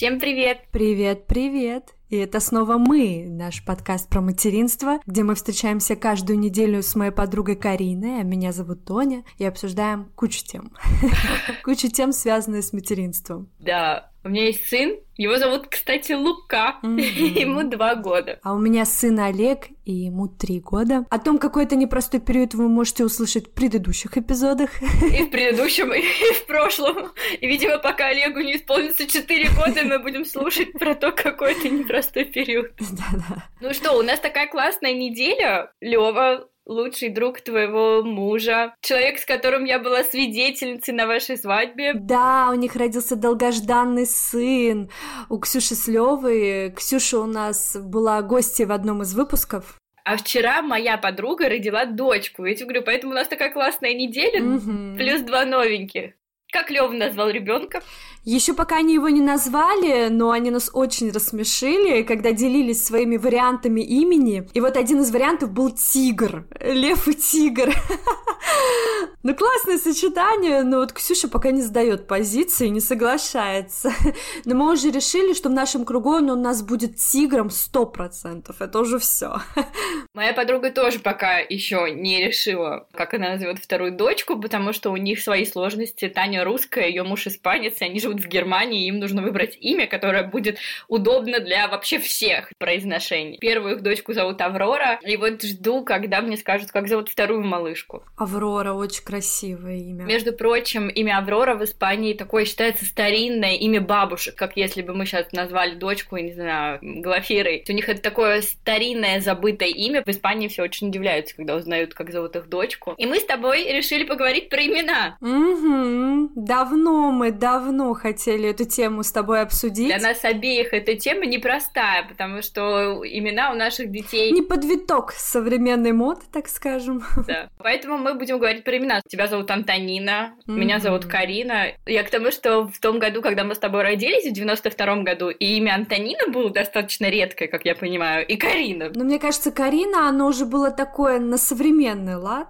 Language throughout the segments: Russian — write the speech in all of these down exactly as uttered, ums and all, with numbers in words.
Всем привет! Привет, привет! И это снова мы, наш подкаст про материнство, где мы встречаемся каждую неделю с моей подругой Кариной, а меня зовут Тоня, и обсуждаем кучу тем. Кучу тем, связанных с материнством. Да, у меня есть сын, его зовут, кстати, Лука, ему два года. А у меня сын Олег, и ему три года. О том, какой это непростой период, вы можете услышать в предыдущих эпизодах. И в предыдущем, и в прошлом. И, видимо, пока Олегу не исполнится четыре года, мы будем слушать про то, какой это непростой период. Да-да. Ну что, у нас такая классная неделя. Лёва, лучший друг твоего мужа, человек, с которым я была свидетельницей на вашей свадьбе. Да, у них родился долгожданный сын. У Ксюши с Лёвой. Ксюша у нас была гостьей в одном из выпусков. А вчера моя подруга родила дочку. Я тебе говорю, поэтому у нас такая классная неделя, Угу. плюс два новеньких. Как Лёва назвал ребенка? Еще пока они его не назвали, но они нас очень рассмешили, когда делились своими вариантами имени. И вот один из вариантов был тигр. Лев и тигр. Ну, классное сочетание, но вот Ксюша пока не сдает позиции, не соглашается. Но мы уже решили, что в нашем кругу он у нас будет тигром сто процентов. Это уже все. Моя подруга тоже пока еще не решила, как она назовет вторую дочку, потому что у них свои сложности. Таня русская, ее муж испанец, и они живут в Германии, и им нужно выбрать имя, которое будет удобно для вообще всех произношений. Первую их дочку зовут Аврора, и вот жду, когда мне скажут, как зовут вторую малышку. Аврора, очень красивое имя. Между прочим, имя Аврора в Испании такое считается старинное имя бабушек, как если бы мы сейчас назвали дочку, не знаю, Глафирой. У них это такое старинное забытое имя. В Испании все очень удивляются, когда узнают, как зовут их дочку. И мы с тобой решили поговорить про имена. Угу. Давно мы, давно хотели эту тему с тобой обсудить. Для нас обеих эта тема непростая, потому что имена у наших детей... Не под виток современной моды, так скажем. Да. Поэтому мы будем говорить про имена. Тебя зовут Антонина, mm-hmm. меня зовут Карина. Я к тому, что в том году, когда мы с тобой родились, в девяносто втором году, и имя Антонина было достаточно редкое, как я понимаю, и Карина. Но мне кажется, Карина, оно уже было такое на современный лад.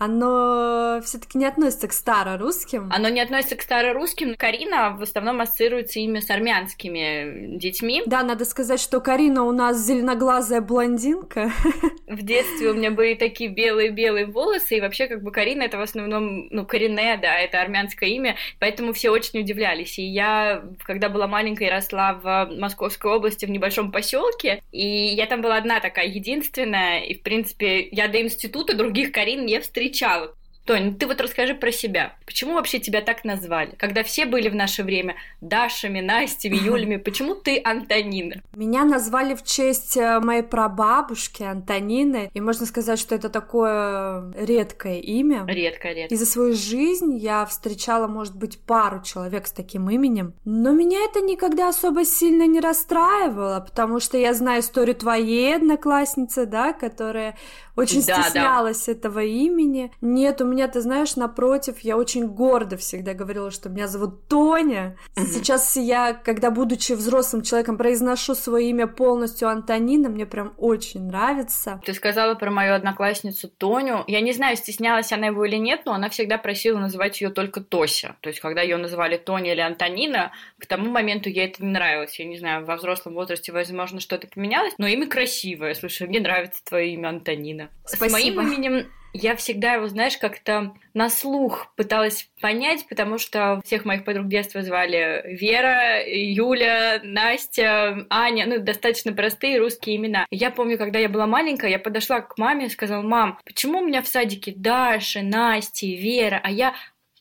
Оно все-таки не относится к старорусским. Оно не относится к старорусским. Карина в основном ассоциируется имя с армянскими детьми. Да, надо сказать, что Карина у нас зеленоглазая блондинка. В детстве у меня были такие белые-белые волосы, и вообще как бы Карина это в основном, ну, Карине, да, это армянское имя, поэтому все очень удивлялись. И я, когда была маленькой, росла в Московской области в небольшом поселке, и я там была одна такая, единственная, и в принципе я до института других Карин не встречала. Встречала. Тонь, ты вот расскажи про себя. Почему вообще тебя так назвали? Когда все были в наше время Дашами, Настями, Юлями, почему ты Антонина? Меня назвали в честь моей прабабушки Антонины, и можно сказать, что это такое редкое имя. Редкое, редкое. И за свою жизнь я встречала, может быть, пару человек с таким именем, но меня это никогда особо сильно не расстраивало, потому что я знаю историю твоей одноклассницы, да, которая очень да, стеснялась да. этого имени. Нет, у меня, ты знаешь, напротив, я очень гордо всегда говорила, что меня зовут Тоня. Mm-hmm. Сейчас я, когда, будучи взрослым человеком, произношу свое имя полностью Антонина, мне прям очень нравится. Ты сказала про мою одноклассницу Тоню. Я не знаю, стеснялась она его или нет, но она всегда просила называть ее только Тося. То есть, когда ее называли Тоня или Антонина, к тому моменту ей это не нравилось. Я не знаю, во взрослом возрасте, возможно, что-то поменялось, но имя красивое. Слушай, мне нравится твое имя Антонина. Спасибо. С моим именем я всегда его, знаешь, как-то на слух пыталась понять, потому что всех моих подруг детства звали Вера, Юля, Настя, Аня, ну, достаточно простые русские имена. И я помню, когда я была маленькая, я подошла к маме и сказала: мам, почему у меня в садике Даша, Настя, Вера, а я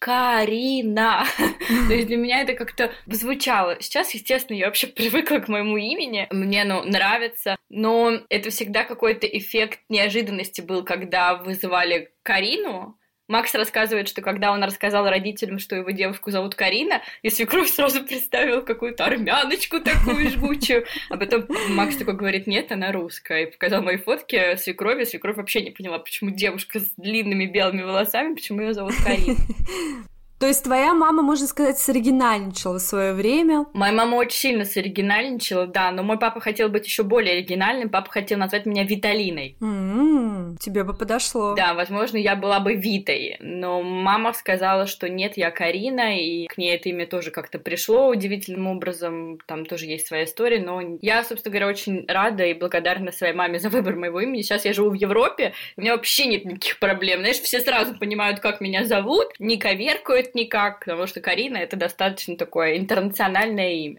Карина. То есть для меня это как-то звучало. Сейчас, естественно, я вообще привыкла к моему имени. Мне, ну, нравится. Но это всегда какой-то эффект неожиданности был, когда вызывали Карину. Макс рассказывает, что когда он рассказал родителям, что его девушку зовут Карина, и свекровь сразу представила какую-то армяночку такую жгучую. А потом Макс такой говорит: нет, она русская. И показал мои фотки свекрови. Свекровь вообще не поняла, почему девушка с длинными белыми волосами, почему ее зовут Карина. То есть твоя мама, можно сказать, соригинальничала в свое время? Моя мама очень сильно соригинальничала, да, но мой папа хотел быть еще более оригинальным. Папа хотел назвать меня Виталиной. М-м, тебе бы подошло. Да, возможно, я была бы Витой, но мама сказала, что нет, я Карина, и к ней это имя тоже как-то пришло удивительным образом. Там тоже есть своя история, но я, собственно говоря, очень рада и благодарна своей маме за выбор моего имени. Сейчас я живу в Европе, у меня вообще нет никаких проблем. Знаешь, все сразу понимают, как меня зовут, не коверкают никак, потому что Карина — это достаточно такое интернациональное имя.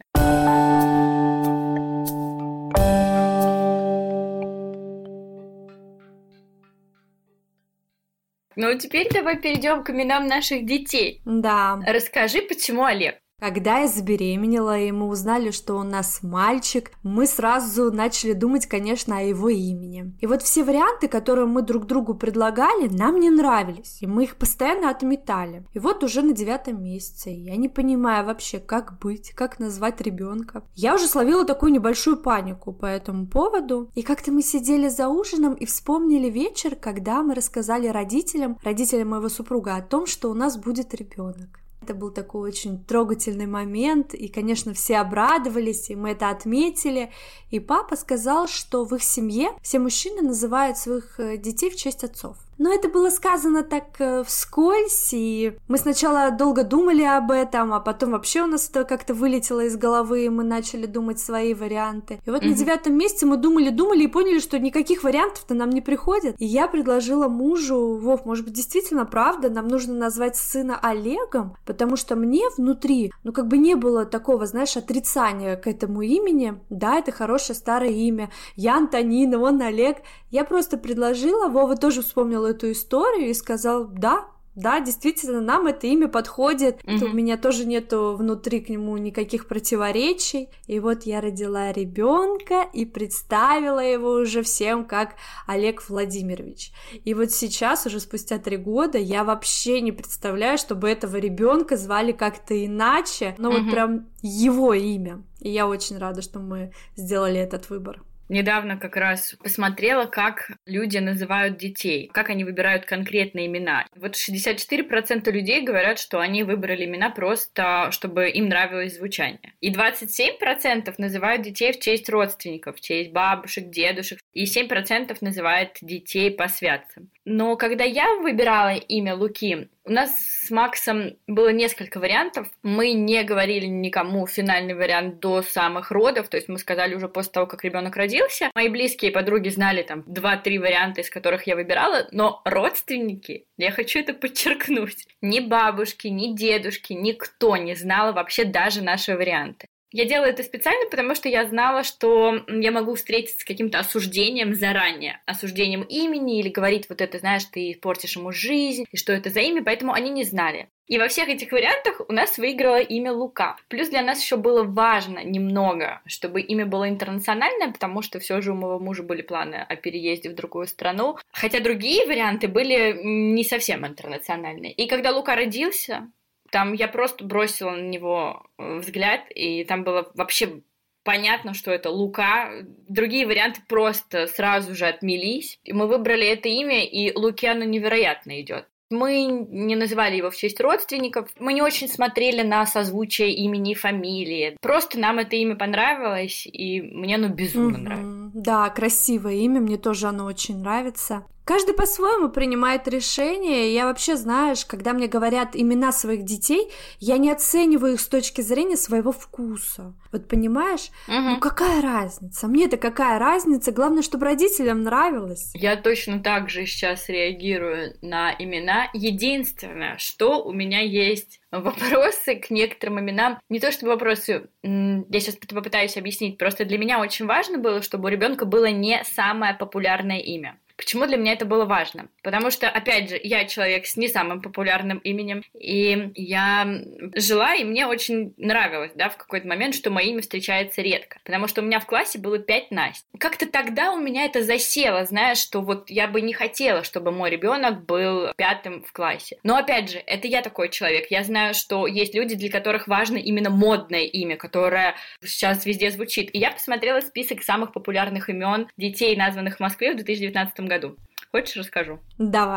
Ну, теперь давай перейдем к именам наших детей. Да. Расскажи, почему Олег? Когда я забеременела, и мы узнали, что у нас мальчик, мы сразу начали думать, конечно, о его имени. И вот все варианты, которые мы друг другу предлагали, нам не нравились, и мы их постоянно отметали. И вот уже на девятом месяце я не понимаю вообще, как быть, как назвать ребенка. Я уже словила такую небольшую панику по этому поводу, и как-то мы сидели за ужином и вспомнили вечер, когда мы рассказали родителям, родителям моего супруга, о том, что у нас будет ребенок. Это был такой очень трогательный момент, и, конечно, все обрадовались, и мы это отметили. И папа сказал, что в их семье все мужчины называют своих детей в честь отцов. Но это было сказано так вскользь, и мы сначала долго думали об этом, а потом вообще у нас это как-то вылетело из головы, и мы начали думать свои варианты. И вот mm-hmm. на девятом месяце мы думали-думали и поняли, что никаких вариантов-то нам не приходит. И я предложила мужу: Вов, может быть, действительно правда, нам нужно назвать сына Олегом, потому что мне внутри, ну, как бы не было такого, знаешь, отрицания к этому имени. Да, это хорошее старое имя. Я Антонина, он Олег. Я просто предложила, Вова тоже вспомнил эту историю и сказал: да, да, действительно, нам это имя подходит. Mm-hmm. У меня тоже нету внутри к нему никаких противоречий. И вот я родила ребенка и представила его уже всем как Олег Владимирович. И вот сейчас, уже спустя три года, я вообще не представляю, чтобы этого ребенка звали как-то иначе, но mm-hmm. вот прям его имя. И я очень рада, что мы сделали этот выбор. Недавно как раз посмотрела, как люди называют детей, как они выбирают конкретные имена. Вот шестьдесят четыре процента людей говорят, что они выбрали имена просто, чтобы им нравилось звучание. И двадцать семь процентов называют детей в честь родственников, в честь бабушек, дедушек. И семь процентов называют детей по святцам. Но когда я выбирала имя Луки, у нас с Максом было несколько вариантов. Мы не говорили никому финальный вариант до самых родов, то есть мы сказали уже после того, как ребенок родился. Мои близкие подруги знали там два-три варианта, из которых я выбирала, но родственники, я хочу это подчеркнуть, ни бабушки, ни дедушки, никто не знал вообще даже наши варианты. Я делала это специально, потому что я знала, что я могу встретиться с каким-то осуждением заранее, осуждением имени или говорить вот это, знаешь, ты испортишь ему жизнь, и что это за имя, поэтому они не знали. И во всех этих вариантах у нас выиграло имя Лука. Плюс для нас еще было важно немного, чтобы имя было интернациональное, потому что все же у моего мужа были планы о переезде в другую страну, хотя другие варианты были не совсем интернациональные. И когда Лука родился, там я просто бросила на него взгляд, и там было вообще понятно, что это Лука. Другие варианты просто сразу же отмелись. И мы выбрали это имя, и Луке оно невероятно идет. Мы не называли его в честь родственников, мы не очень смотрели на созвучие имени и фамилии. Просто нам это имя понравилось, и мне оно безумно mm-hmm. нравится. Да, красивое имя, мне тоже оно очень нравится. Каждый по-своему принимает решение. Я вообще, знаешь, когда мне говорят имена своих детей, я не оцениваю их с точки зрения своего вкуса. Вот понимаешь? Угу. Ну какая разница? Мне-то какая разница? Главное, чтобы родителям нравилось. Я точно так же сейчас реагирую на имена. Единственное, что у меня есть вопросы к некоторым именам. Не то чтобы вопросы, я сейчас попытаюсь объяснить, просто для меня очень важно было, чтобы у ребенка было не самое популярное имя. Почему для меня это было важно? Потому что, опять же, я человек с не самым популярным именем, и я жила, и мне очень нравилось, да, в какой-то момент, что мое имя встречается редко, потому что у меня в классе было пять Настя. Как-то тогда у меня это засело, знаешь, что вот я бы не хотела, чтобы мой ребенок был пятым в классе. Но, опять же, это я такой человек. Я знаю, что есть люди, для которых важно именно модное имя, которое сейчас везде звучит. И я посмотрела список самых популярных имен детей, названных в Москве в две тысячи девятнадцатом году. Хочешь, расскажу? Давай.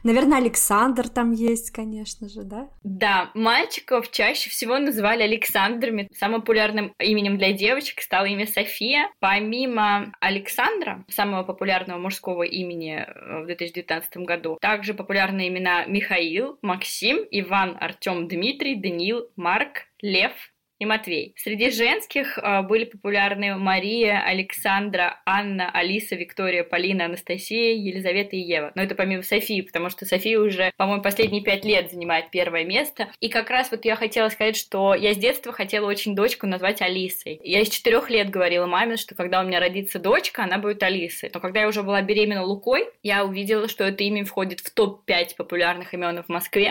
Наверное, Александр там есть, конечно же, да? Да, мальчиков чаще всего называли Александрами. Самым популярным именем для девочек стало имя София. Помимо Александра, самого популярного мужского имени в две тысячи девятнадцатом году, также популярны имена Михаил, Максим, Иван, Артем, Дмитрий, Даниил, Марк, Лев и Матвей. Среди женских э, были популярны Мария, Александра, Анна, Алиса, Виктория, Полина, Анастасия, Елизавета и Ева. Но это помимо Софии, потому что София уже, по-моему, последние пять лет занимает первое место. И как раз вот я хотела сказать, что я с детства хотела очень дочку назвать Алисой. Я с четырех лет говорила маме, что когда у меня родится дочка, она будет Алисой. Но когда я уже была беременна Лукой, я увидела, что это имя входит в топ пять популярных имен в Москве.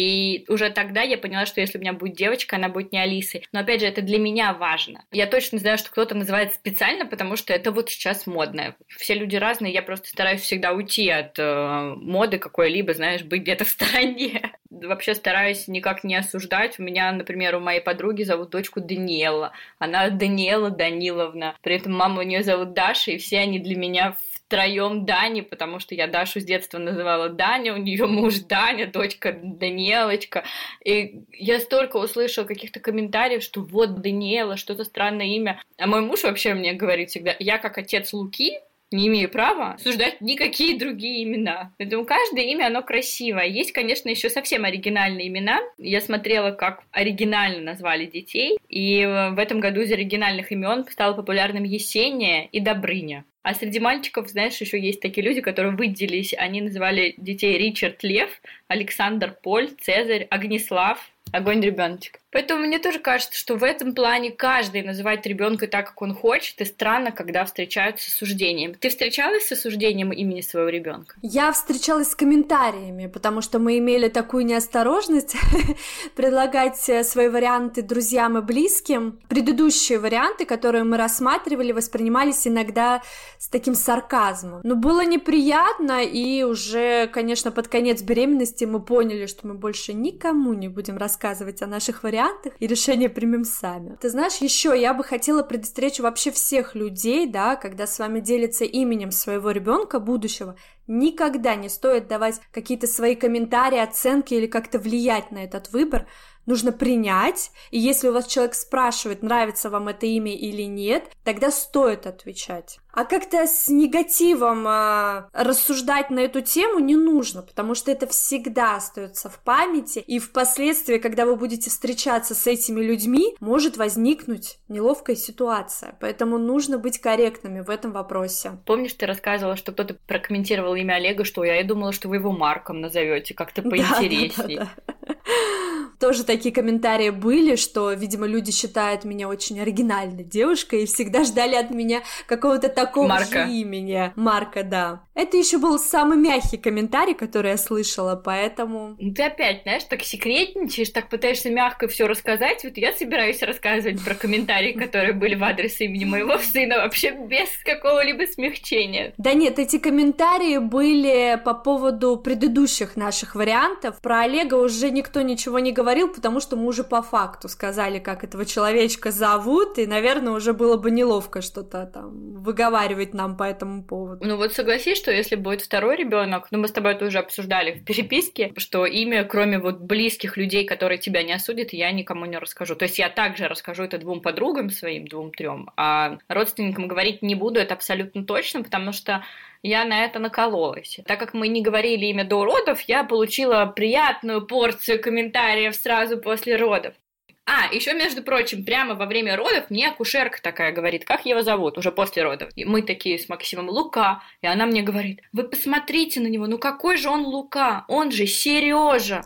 И уже тогда я поняла, что если у меня будет девочка, она будет не Алисой. Но опять же, это для меня важно. Я точно знаю, что кто-то называет специально, потому что это вот сейчас модно. Все люди разные, я просто стараюсь всегда уйти от э, моды какой-либо, знаешь, быть где-то в стороне. Вообще стараюсь никак не осуждать. У меня, например, у моей подруги зовут дочку Даниэла. Она Даниэла Даниловна. При этом мама у нее зовут Даша, и все они для меня втроем Дани, потому что я Дашу с детства называла Даня, у нее муж Даня, дочка Даниэлочка. И я столько услышала каких-то комментариев, что вот Даниэла, что-то странное имя. А мой муж вообще мне говорит всегда, я как отец Луки не имею права осуждать никакие другие имена. Поэтому каждое имя, оно красивое. Есть, конечно, еще совсем оригинальные имена. Я смотрела, как оригинально назвали детей. И в этом году из оригинальных имен стало популярным Есения и Добрыня. А среди мальчиков, знаешь, еще есть такие люди, которые выделились. Они называли детей Ричард Лев, Александр Поль, Цезарь, Огнеслав. Огонь ребеночек. Поэтому мне тоже кажется, что в этом плане каждый называет ребенка так, как он хочет, и странно, когда встречаются с осуждением. Ты встречалась с осуждением имени своего ребенка? Я встречалась с комментариями, потому что мы имели такую неосторожность предлагать свои варианты друзьям и близким. Предыдущие варианты, которые мы рассматривали, воспринимались иногда с таким сарказмом. Но было неприятно, и уже, конечно, под конец беременности мы поняли, что мы больше никому не будем рассказывать о наших вариантах, и решение примем сами. Ты знаешь, еще я бы хотела предостеречь вообще всех людей, да, когда с вами делится именем своего ребенка будущего, никогда не стоит давать какие-то свои комментарии, оценки или как-то влиять на этот выбор. Нужно принять, и если у вас человек спрашивает, нравится вам это имя или нет, тогда стоит отвечать. А как-то с негативом э, рассуждать на эту тему не нужно, потому что это всегда остается в памяти, и впоследствии, когда вы будете встречаться с этими людьми, может возникнуть неловкая ситуация, поэтому нужно быть корректными в этом вопросе. Помнишь, ты рассказывала, что кто-то прокомментировал имя Олега, что я и думала, что вы его Марком назовете, как-то поинтересней. Да, да, да. Тоже такие комментарии были, что, видимо, люди считают меня очень оригинальной девушкой и всегда ждали от меня какого-то такого Марка. же имени. Марка, да. Это еще был самый мягкий комментарий, который я слышала, поэтому... Ты опять, знаешь, так секретничаешь, так пытаешься мягко все рассказать. Вот я собираюсь рассказывать про комментарии, которые были в адрес имени моего сына, вообще без какого-либо смягчения. Да нет, эти комментарии были по поводу предыдущих наших вариантов. Про Олега уже никто ничего не говорил, потому что мы уже по факту сказали, как этого человечка зовут, и, наверное, уже было бы неловко что-то там выговаривать нам по этому поводу. Ну вот согласись, что если будет второй ребенок, ну мы с тобой это уже обсуждали в переписке, что имя, кроме вот близких людей, которые тебя не осудят, я никому не расскажу. То есть я также расскажу это двум подругам своим, двум-трем, а родственникам говорить не буду, это абсолютно точно, потому что я на это накололась. Так как мы не говорили имя до родов, я получила приятную порцию комментариев сразу после родов. А, еще, между прочим, прямо во время родов мне акушерка такая говорит, как его зовут, уже после родов. И мы такие с Максимом: Лука. И она мне говорит: вы посмотрите на него, ну какой же он Лука, он же Сережа.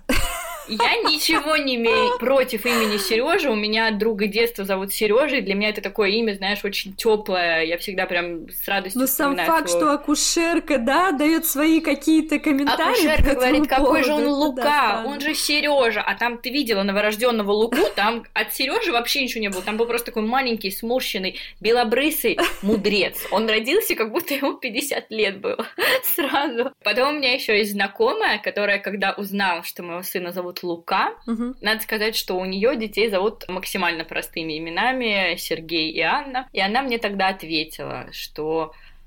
Я ничего не имею против имени Сережа. У меня друга детства зовут Сережа, и для меня это такое имя, знаешь, очень теплое. Я всегда прям с радостью Ну, сам вспоминаю факт, свой... что акушерка, да, дает свои какие-то комментарии. Акушерка говорит, какой же он поводу. Лука, Да, он же Сережа. А там ты видела новорожденного Луку, там от Сережи вообще ничего не было. Там был просто такой маленький, сморщенный, белобрысый мудрец. Он родился, как будто ему пятьдесят лет было сразу. Потом у меня еще есть знакомая, которая, когда узнала, что моего сына зовут Лука, угу. надо сказать, что у нее детей зовут максимально простыми именами, Сергей и Анна. И она мне тогда ответила, что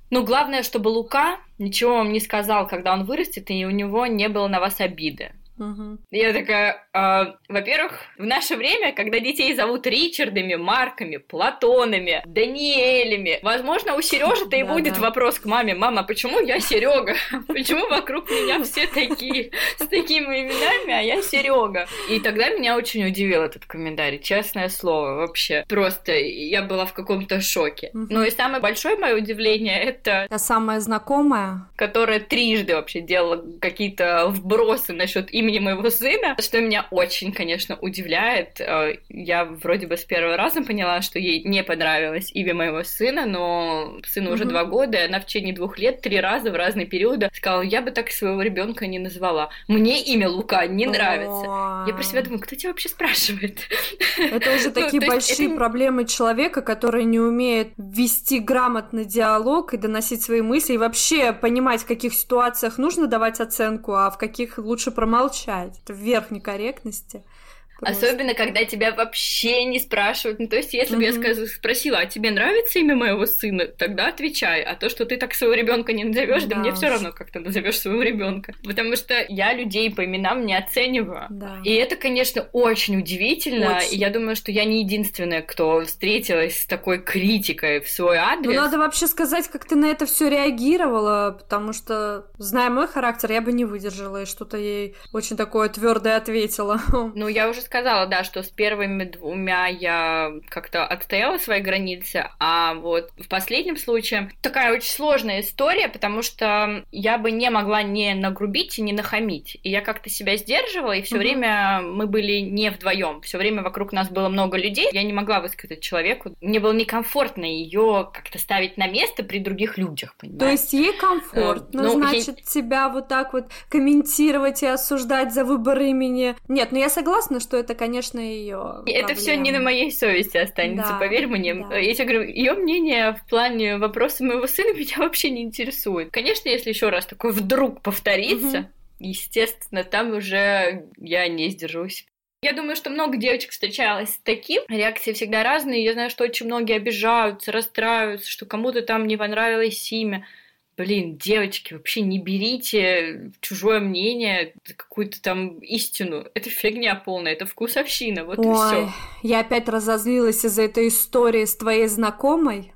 Ну, главное, чтобы Лука ничего вам не сказал, когда он вырастет, и у него не было на вас обиды. Угу. Я такая, э, во-первых, в наше время, когда детей зовут Ричардами, Марками, Платонами, Даниэлями, возможно, у Сережи-то и будет вопрос к маме: мама, почему я Серега? Почему вокруг меня все такие, с такими именами, а я Серега? И тогда меня очень удивил этот комментарий, честное слово, вообще. Просто я была в каком-то шоке. Угу. Ну и самое большое мое удивление — это... Та самая знакомая, которая трижды вообще делала какие-то вбросы насчет имени моего сына, что меня очень, конечно, удивляет. Я вроде бы с первого раза поняла, что ей не понравилось имя моего сына, но сыну уже два года, и она в течение двух лет три раза в разные периоды сказала: я бы так своего ребенка не назвала. Мне имя Лука не нравится. Я про себя думаю, кто тебя вообще спрашивает? Это уже такие большие проблемы человека, который не умеет вести грамотный диалог и доносить свои мысли, и вообще понимать, в каких ситуациях нужно давать оценку, а в каких лучше промолчать. Это верх некорректности. Просто. Особенно, когда тебя вообще не спрашивают. Ну, то есть, если бы mm-hmm. я сказ- спросила: а тебе нравится имя моего сына? Тогда отвечай. А то, что ты так своего ребенка не назовешь, да. да мне все равно, как ты назовешь своего ребенка. Потому что я людей по именам не оцениваю. Да. И это, конечно, очень удивительно. Очень. И я думаю, что я не единственная, кто встретилась с такой критикой в свой адрес. Ну, надо вообще сказать, как ты на это все реагировала, потому что, зная мой характер, я бы не выдержала и что-то ей очень такое твердое ответила. Ну, я уже сказала, да, что с первыми двумя я как-то отстояла свои границы, а вот в последнем случае такая очень сложная история, потому что я бы не могла не нагрубить и не нахамить. И я как-то себя сдерживала, и все uh-huh. время мы были не вдвоем. Все время вокруг нас было много людей. Я не могла высказать человеку. Мне было некомфортно ее как-то ставить на место при других людях, понимаешь? То есть ей комфортно, ну, значит, я... тебя вот так вот комментировать и осуждать за выбор имени. Нет, ну я согласна, что это, конечно, ее. Это все не на моей совести останется, да, поверь мне. Да. Я тебе говорю, ее мнение в плане вопроса моего сына меня вообще не интересует. Конечно, если еще раз такое вдруг повторится, угу. естественно, там уже я не сдержусь. Я думаю, что много девочек встречалось с таким. Реакции всегда разные. Я знаю, что очень многие обижаются, расстраиваются, что кому-то там не понравилось имя. Блин, девочки, вообще не берите чужое мнение, какую-то там истину. Это фигня полная, это вкусовщина, вот. Ой, и все. Я опять разозлилась из-за этой истории с твоей знакомой.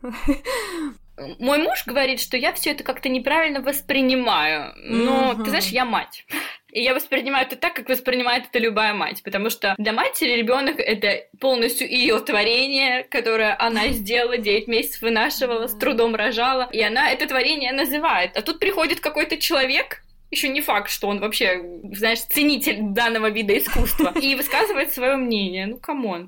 Мой муж говорит, что я все это как-то неправильно воспринимаю, но, mm-hmm. ты знаешь, я мать. И я воспринимаю это так, как воспринимает это любая мать, потому что для матери ребенок это полностью ее творение, которое она сделала, девять месяцев вынашивала, с трудом рожала, и она это творение называет. А тут приходит какой-то человек, еще не факт, что он вообще, знаешь, ценитель данного вида искусства, и высказывает свое мнение. Ну, камон.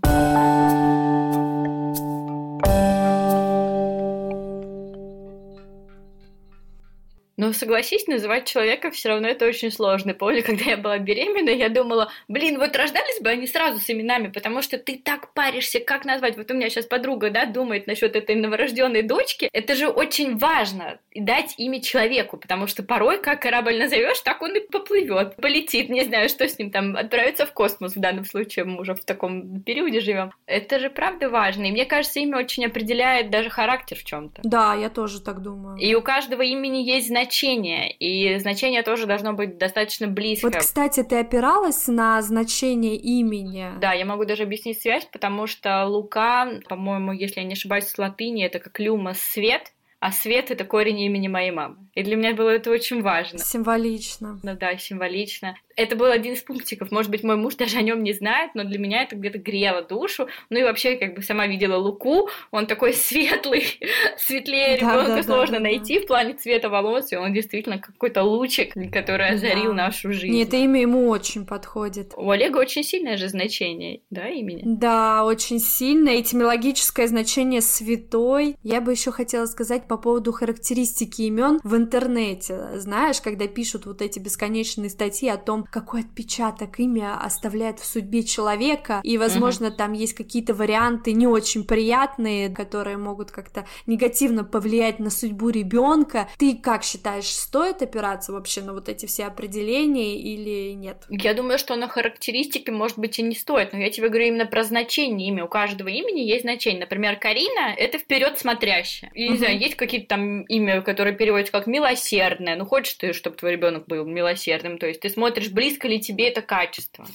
Но согласись, называть человека все равно это очень сложно. Помню, когда я была беременна, я думала, блин, вот рождались бы они сразу с именами, потому что ты так паришься, как назвать. Вот у меня сейчас подруга, да, думает насчет этой новорожденной дочки. Это же очень важно дать имя человеку, потому что порой, как корабль назовешь, так он и поплывет, полетит, не знаю, что с ним там, отправится в космос в данном случае, мы уже в таком периоде живем. Это же правда важно. И мне кажется, имя очень определяет даже характер в чем-то. Да, я тоже так думаю. И у каждого имени есть значение. Значение, и значение тоже должно быть достаточно близко. Вот, кстати, ты опиралась на значение имени? Да, я могу даже объяснить связь, потому что Лука, по-моему, если я не ошибаюсь, с латыни, это как люма — свет, а свет — это корень имени моей мамы. И для меня было это очень важно. Символично. Ну да, символично. Это был один из пунктиков. Может быть, мой муж даже о нем не знает, но для меня это где-то грело душу. Ну и вообще, как бы сама видела Луку, он такой светлый, светлее да, ребенка да, сложно да, найти да. в плане цвета волос, и он действительно какой-то лучик, который озарил да. нашу жизнь. Нет, это имя ему очень подходит. У Олега очень сильное же значение, да, имени? Да, очень сильное. Этимологическое значение святой. Я бы еще хотела сказать по поводу характеристики имен. В интернете, знаешь, когда пишут вот эти бесконечные статьи о том, какой отпечаток имя оставляет в судьбе человека, и, возможно, mm-hmm. там есть какие-то варианты не очень приятные, которые могут как-то негативно повлиять на судьбу ребенка. Ты как считаешь, стоит опираться вообще на вот эти все определения или нет? Я думаю, что на характеристики, может быть, и не стоит, но я тебе говорю именно про значение имя. У каждого имени есть значение. Например, Карина — это вперед смотрящая. И, не uh-huh. знаю, есть какие-то там имя, которое переводится как милосердное. Ну, хочешь ты, чтобы твой ребенок был милосердным, то есть ты смотришь, близко ли тебе это качество.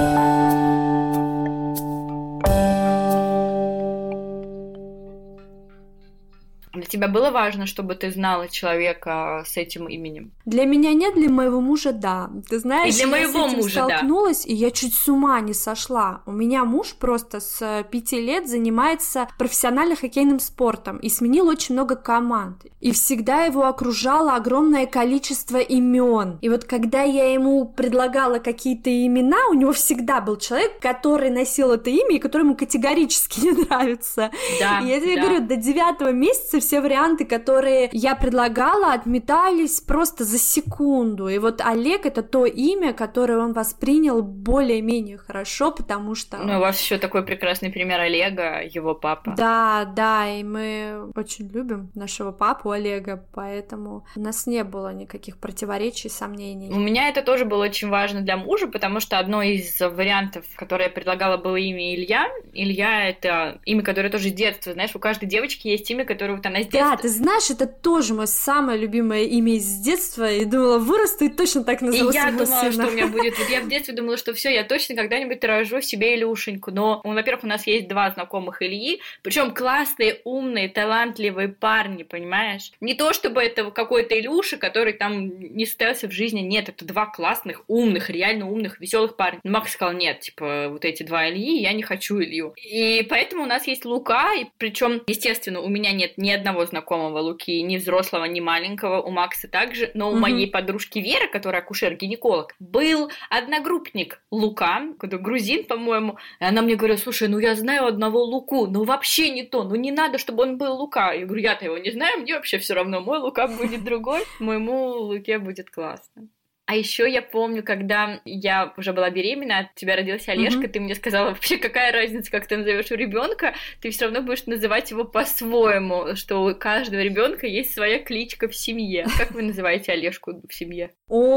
Для тебя было важно, чтобы ты знала человека с этим именем? Для меня нет, для моего мужа да. Ты знаешь, и для моего я с этим мужа, столкнулась, да. и я чуть с ума не сошла. У меня муж просто с пяти лет занимается профессионально хоккейным спортом и сменил очень много команд. И всегда его окружало огромное количество имен. И вот когда я ему предлагала какие-то имена, у него всегда был человек, который носил это имя и который ему категорически не нравится. Да, и я тебе да. говорю, до девятого месяца все варианты, которые я предлагала, отметались просто за секунду. И вот Олег — это то имя, которое он воспринял более-менее хорошо, потому что... Ну, у вас еще такой прекрасный пример Олега, его папа. Да, да, и мы очень любим нашего папу Олега, поэтому у нас не было никаких противоречий, сомнений. У меня это тоже было очень важно для мужа, потому что одно из вариантов, которое я предлагала, было имя Илья. Илья — это имя, которое тоже с детства, знаешь, у каждой девочки есть имя, которое вот она с детства... Да, ты знаешь, это тоже мое самое любимое имя из детства, и думала, вырасту и точно так назову И я своего думала, сына. что у меня будет... Вот я в детстве думала, что все, я точно когда-нибудь рожу себе Илюшеньку, но, во-первых, у нас есть два знакомых Ильи, причем классные, умные, талантливые парни, понимаешь? Не то, чтобы это какой-то Илюша, который там не состоялся в жизни, нет, это два классных, умных, реально умных, веселых парня. Но Макс сказал, нет, типа, вот эти два Ильи, я не хочу Илью. И поэтому у нас есть Лука, и причем, естественно, у меня нет ни одного знакомого Луки, ни взрослого, ни маленького, у Макса также, но у mm-hmm. моей подружки Веры, которая акушер-гинеколог, был одногруппник Лука, грузин, по-моему, и она мне говорила, слушай, ну я знаю одного Луку, ну вообще не то, ну не надо, чтобы он был Лука. Я говорю, я-то его не знаю, мне вообще все равно, мой Лука будет другой, моему Луке будет классно. А еще я помню, когда я уже была беременна, от тебя родился Олежка, mm-hmm. ты мне сказала, вообще какая разница, как ты назовешь у ребенка, ты все равно будешь называть его по-своему, что у каждого ребенка есть своя кличка в семье. Как вы называете Олежку в семье?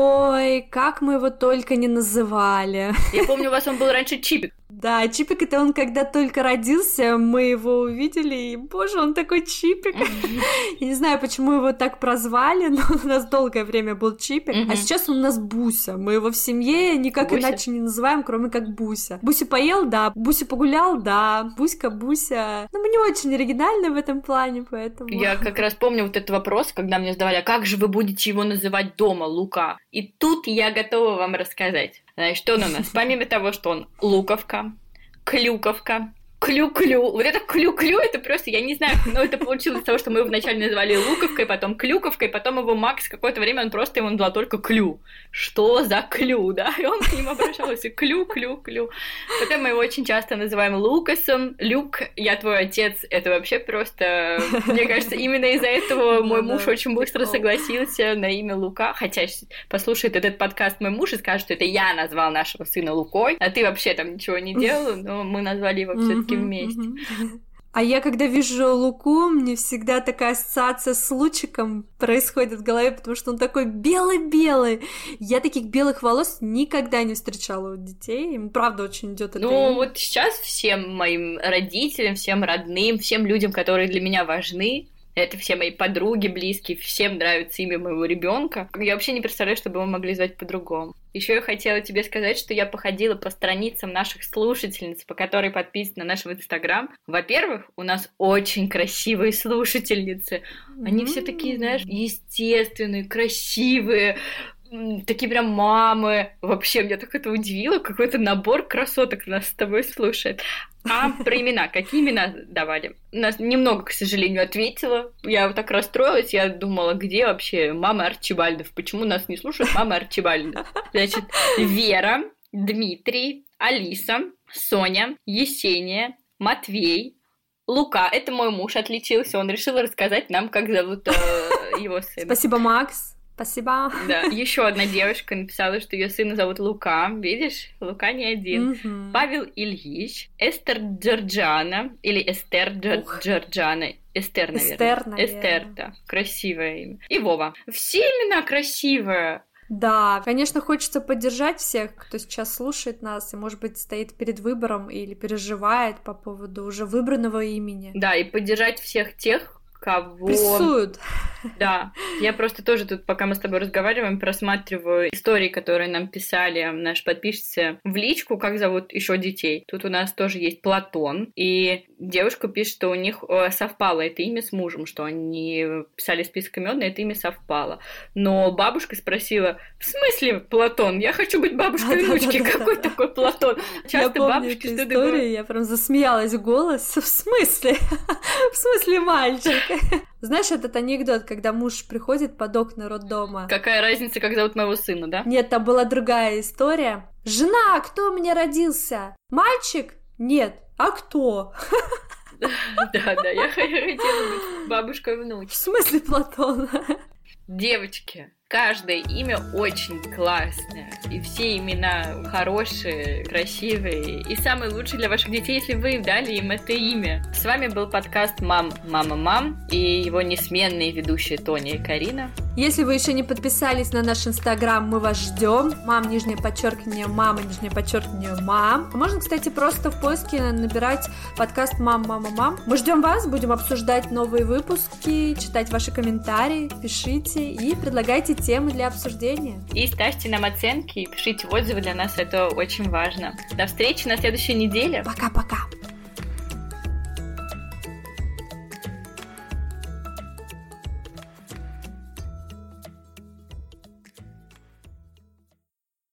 Ой, как мы его только не называли. Я помню, у вас он был раньше Чипик. Да, Чипик — это он, когда только родился, мы его увидели, и, боже, он такой Чипик. Я не знаю, почему его так прозвали, но у нас долгое время был Чипик, а сейчас он у нас Буся. Мы его в семье никак Буся? Иначе не называем, кроме как Буся. Буся поел, да. Буся погулял, да. Буська, Буся. Ну, мы не очень оригинальны в этом плане, поэтому... Я как раз помню вот этот вопрос, когда мне задавали, а как же вы будете его называть дома, Лука? И тут я готова вам рассказать. Значит, что он у нас? Помимо того, что он Луковка, Клюковка, Клю-клю. Вот это клю-клю, это просто, я не знаю, но это получилось из того, что мы его вначале называли Луковкой, потом Клюковкой, потом его Макс какое-то время, он просто ему назвал только Клю. Что за Клю, да? И он к ним обращался Клю-клю-клю. Потом мы его очень часто называем Лукасом. Люк, я твой отец. Это вообще просто... Мне кажется, именно из-за этого мой муж очень быстро согласился на имя Лука. Хотя послушает этот подкаст мой муж и скажет, что это я назвал нашего сына Лукой, а ты вообще там ничего не делал, но мы назвали его все-таки вместе. А я, когда вижу Луку, мне всегда такая ассоциация с Лучиком происходит в голове, потому что он такой белый-белый. Я таких белых волос никогда не встречала у детей. Им правда очень идет это. Ну, вот сейчас всем моим родителям, всем родным, всем людям, которые для меня важны, это все мои подруги, близкие, всем нравится имя моего ребенка. Я вообще не представляю, чтобы мы могли звать по-другому. Еще я хотела тебе сказать, что я походила по страницам наших слушательниц, по которой подписаны на наш Инстаграм. Во-первых, у нас очень красивые слушательницы. Они mm-hmm. все такие, знаешь, естественные, красивые, такие прям мамы. Вообще, меня так это удивило. Какой-то набор красоток нас с тобой слушает. А про имена. Какие имена давали? Нас немного, к сожалению, ответила. Я вот так расстроилась. Я думала, где вообще мама Арчибальдов? Почему нас не слушают мамы Арчибальдов? Значит, Вера, Дмитрий, Алиса, Соня, Есения, Матвей, Лука. Это мой муж отличился. Он решил рассказать нам, как зовут э, его сын. Спасибо, Макс. Спасибо. Да, еще одна девушка написала, что ее сына зовут Лука. Видишь, Лука не один. Mm-hmm. Павел Ильич, Эстер Джорджана, или Эстер Джор- Джорджана. Эстер, наверное. Эстер, наверное. Эстер, да. Красивое имя. И Вова. Все имена красивые. Да, конечно, хочется поддержать всех, кто сейчас слушает нас и, может быть, стоит перед выбором или переживает по поводу уже выбранного имени. Да, и поддержать всех тех, кого... Прессуют. Да, я просто тоже тут, пока мы с тобой разговариваем, просматриваю истории, которые нам писали наши подписчицы в личку, как зовут еще детей. Тут у нас тоже есть Платон, и девушка пишет, что у них совпало это имя с мужем, что они писали список имен, и это имя совпало. Но бабушка спросила, в смысле Платон? Я хочу быть бабушкой внучки. Какой такой Платон? Часто бабушки что-то говорят. Я прям засмеялась в голос. В смысле? В смысле мальчик? Знаешь этот анекдот, когда муж приходит под окна роддома? Какая разница, как зовут моего сына, да? Нет, там была другая история. Жена, кто у меня родился? Мальчик? Нет. А кто? Да-да, я хотела быть бабушкой внучки. В смысле Платона? Девочки, каждое имя очень классное, и все имена хорошие, красивые, и самое лучшее для ваших детей, если вы дали им это имя. С вами был подкаст «Мам, мама, мам» и его несменные ведущие Тоня и Карина. Если вы еще не подписались на наш инстаграм, мы вас ждем. Мам, нижнее подчеркивание, мама, нижнее подчеркивание, мам. Можно, кстати, просто в поиске набирать подкаст «Мам, мама, мам». Мы ждем вас, будем обсуждать новые выпуски, читать ваши комментарии, пишите и предлагайте темы для обсуждения. И ставьте нам оценки, и пишите отзывы, для нас это очень важно. До встречи на следующей неделе. Пока-пока.